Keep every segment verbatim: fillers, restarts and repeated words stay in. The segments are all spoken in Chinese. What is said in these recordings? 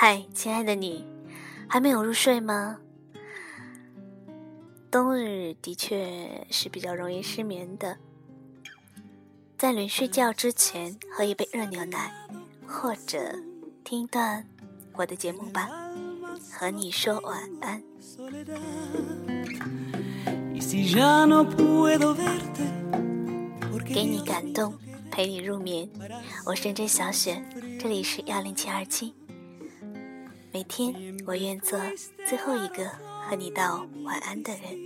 嗨，亲爱的你，还没有入睡吗？冬日的确是比较容易失眠的，在临睡觉之前喝一杯热牛奶，或者听一段我的节目吧，和你说晚安。给你感动，陪你入眠，我是 N J 小雪，这里是一零七二七。每天我愿做最后一个和你道晚安的人。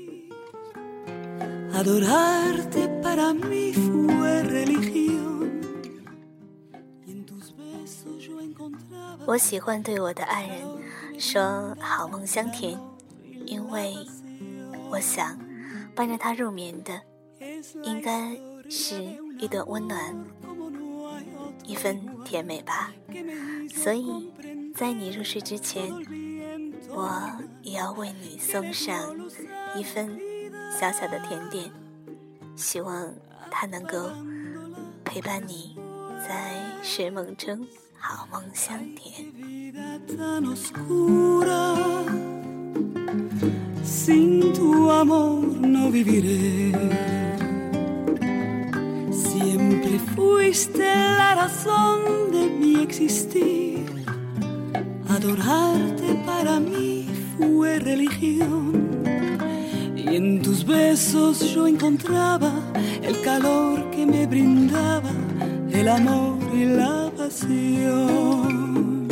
我喜欢对我的爱人说好梦香甜，因为我想伴着他入眠的应该是一段温暖，一份甜美吧。所以在你入睡之前，我也要为你送上一份小小的甜点，希望它能够陪伴你在睡梦中好梦香甜。Sin tu amor no viviré. Siempre fuiste la razón de mi existir. Adorarte para mí fue religión. Y en tus besos yo encontraba el calor que me brindaba el amor y la pasión.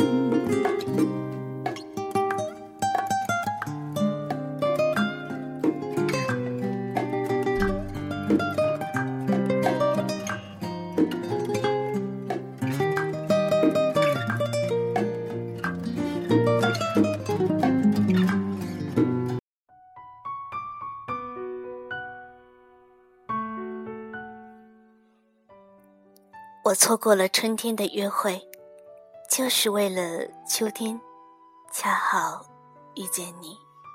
我错过了春天的约会，就是为了秋天恰好遇见你。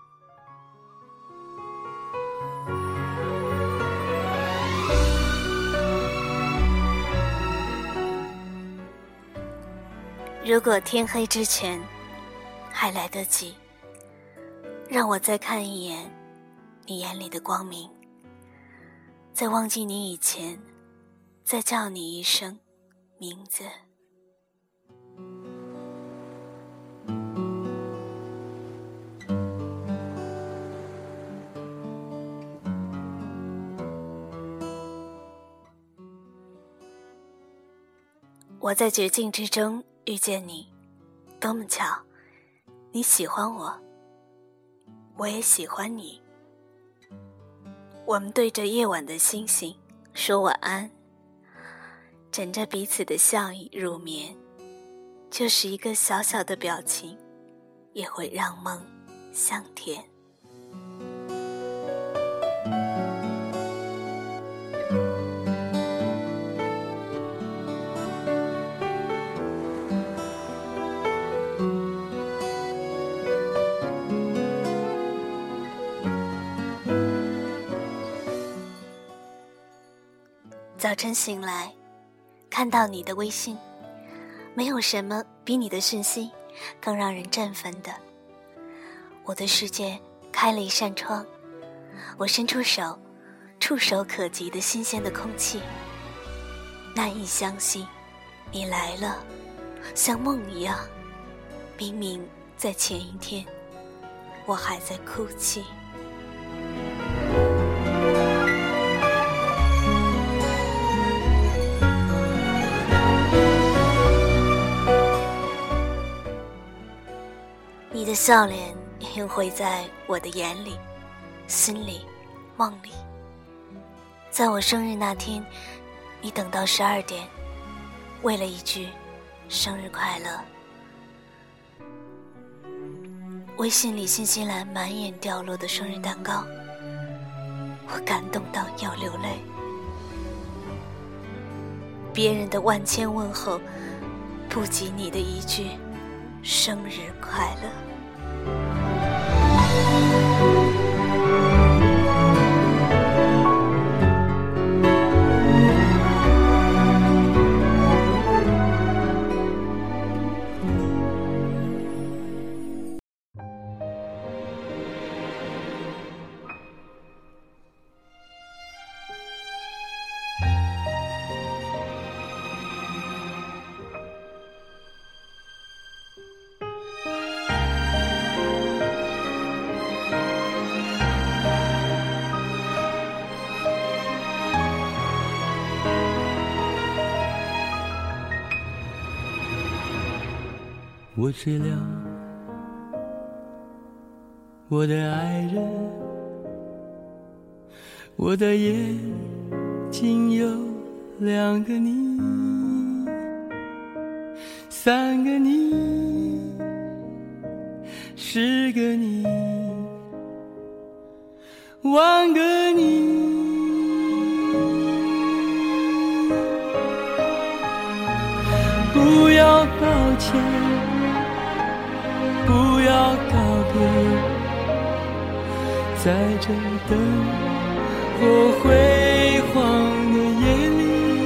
如果天黑之前还来得及，让我再看一眼你眼里的光明，在忘记你以前，再叫你一声名字。我在绝境之中遇见你，多么巧，你喜欢我，我也喜欢你。我们对着夜晚的星星说晚安，枕着彼此的笑意入眠，就是一个小小的表情，也会让梦香甜。早晨醒来，看到你的微信，没有什么比你的讯息更让人振奋的。我的世界开了一扇窗，我伸出手，触手可及的新鲜的空气，难以相信你来了，像梦一样。明明在前一天我还在哭泣。你的笑脸映辉在我的眼里、心里、梦里。在我生日那天，你等到十二点，为了一句生日快乐。微信里新西兰满眼掉落的生日蛋糕，我感动到要流泪。别人的万千问候，不及你的一句生日快乐。 我知了我的爱人，我的眼睛有两个你，三个你，十个你，万个你。不要抱歉，不要告别，在这灯火辉煌的夜里，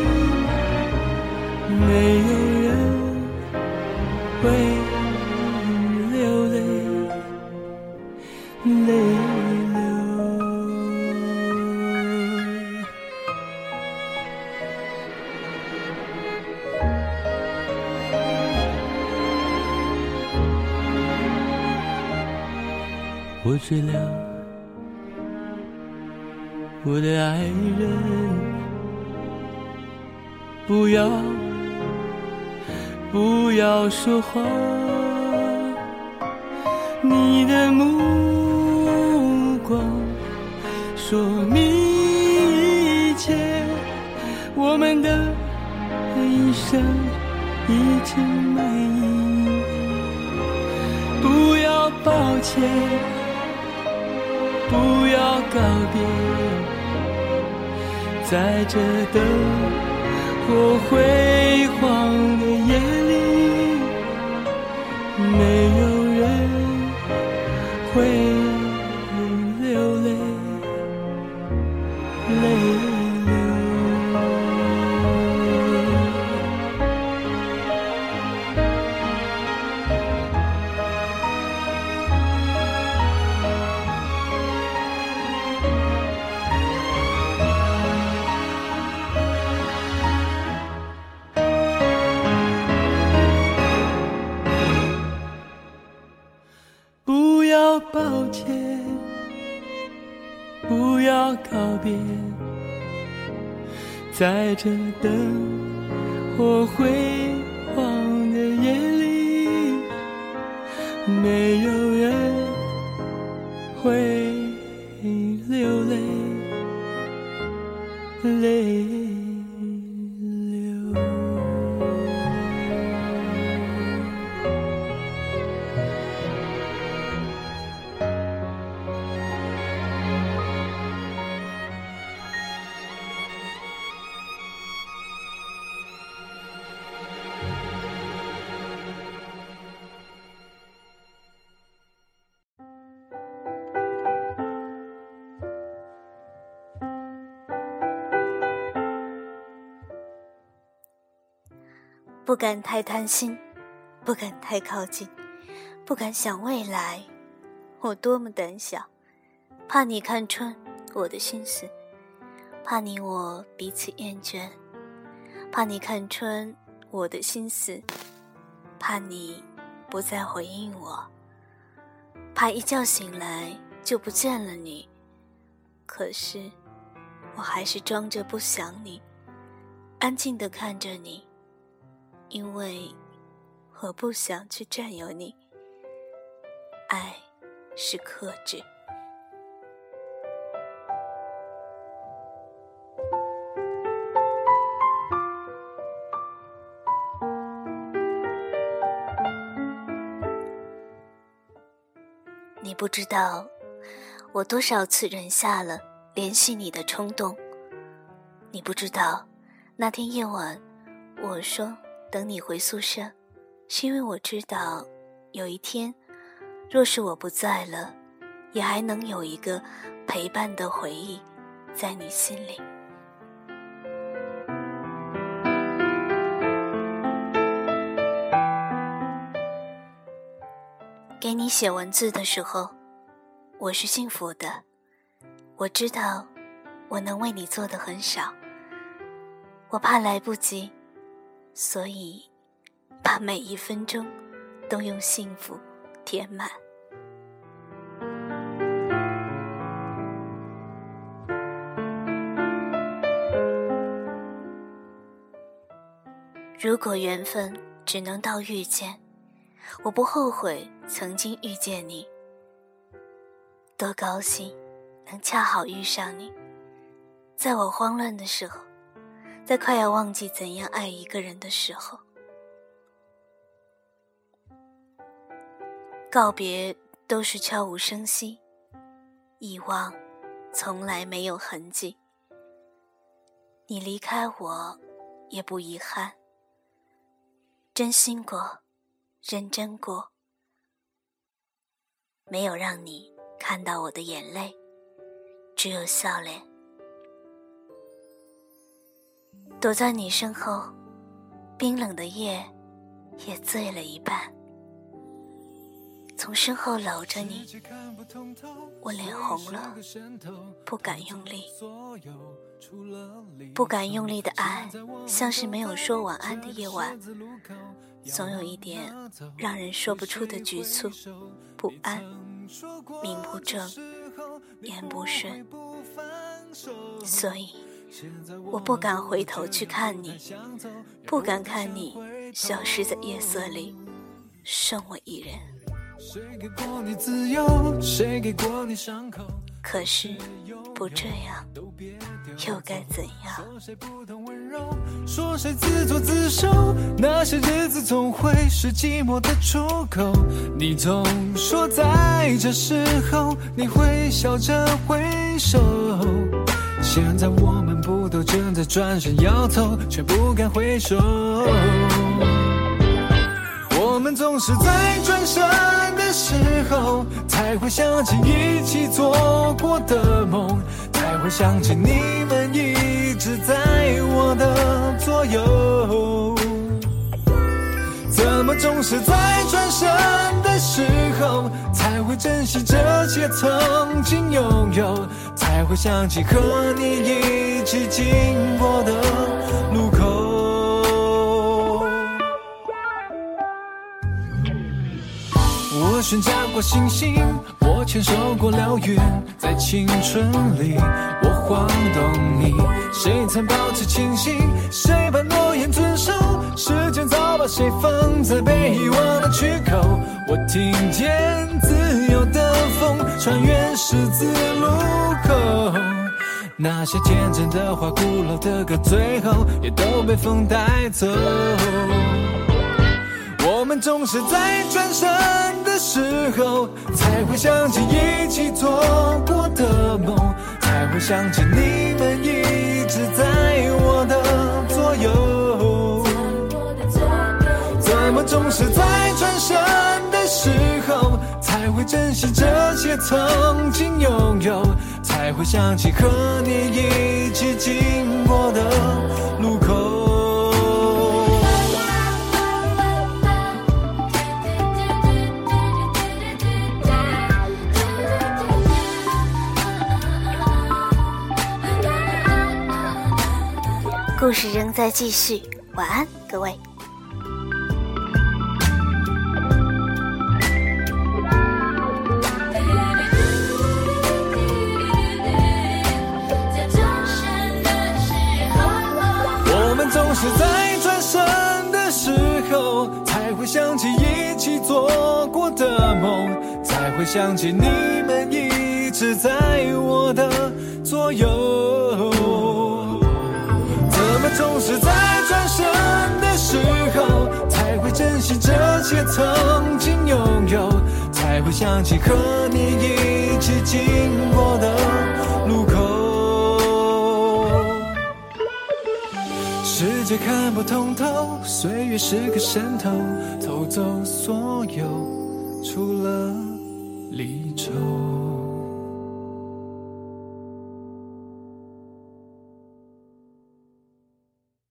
没有人会流泪，泪流。我知了我的爱人，不要不要说谎，你的目光说明一切，我们的一生已经满意。不要抱歉，不要告别，在这灯火辉煌的夜里，没有人会流泪，泪流。不要抱歉，不要告别，在这灯火辉煌的夜里，没有人会流泪，泪流。 不敢太贪心，不敢太靠近，不敢想未来，我多么胆小，怕你看穿我的心思，怕你我彼此厌倦，怕你看穿我的心思，怕你不再回应我，怕一觉醒来就不见了你。可是我还是装着不想你，安静地看着你，因为我不想去占有你。爱是克制。你不知道我多少次忍下了联系你的冲动，你不知道那天夜晚我说等你回宿舍，是因为我知道有一天若是我不在了，也还能有一个陪伴的回忆在你心里。给你写文字的时候，我是幸福的，我知道我能为你做的很少，我怕来不及，所以把每一分钟都用幸福填满。如果缘分只能到遇见， 我不后悔曾经遇见你，多高兴能恰好遇上你。在我慌乱的时候，在快要忘记怎样爱一个人的时候，告别都是悄无声息，遗忘从来没有痕迹。你离开我也不遗憾，真心过，认真过，没有让你看到我的眼泪，只有笑脸。躲在你身后，冰冷的夜也醉了一半。从身后搂着你，我脸红了，不敢用力，不敢用力的爱，像是没有说晚安的夜晚，总有一点让人说不出的局促、不安，名不正，言不顺，所以我不敢回头去看你，不敢看你消失在夜色里，剩我一人。谁给过你自由，谁给过你伤口，可是不这样又该怎样？说谁不懂温柔，说谁自作自受，那些日子总会是寂寞的出口。你总说在这时候你会笑着挥手，现在我们不都正在转身摇头，却不敢回首。我们总是在转身的时候，才会想起一起做过的梦，才会想起你们一直在我的左右。怎么总是在转身的时候，才会珍惜这些曾经拥有，才会想起和你一起经过的路口。我悬架过星星，我牵手过燎原，在青春里我晃动你，谁曾保持清醒，谁把诺言遵守，时间早把谁放在被遗忘的区口。我听见自由的风穿越十字路口，那些天真的话，古老的歌，最后也都被风带走。我们总是在转身的时候，才会想起一起做过的梦，才会想起你们一直在我的左右。怎么总是在转身的时候，才会珍惜这些曾经拥有，才会想起和你一起经过的路口。故事仍在继续，晚安，各位。我们总是在转身的时候，才会想起一起做过的梦，才会想起你们一直在我的左右。怎么总是在转身的时候，才会珍惜这些曾经拥有，才会想起和你一起经过的路口。世界看不通透，岁月是个渗透，偷走所有，除了离愁。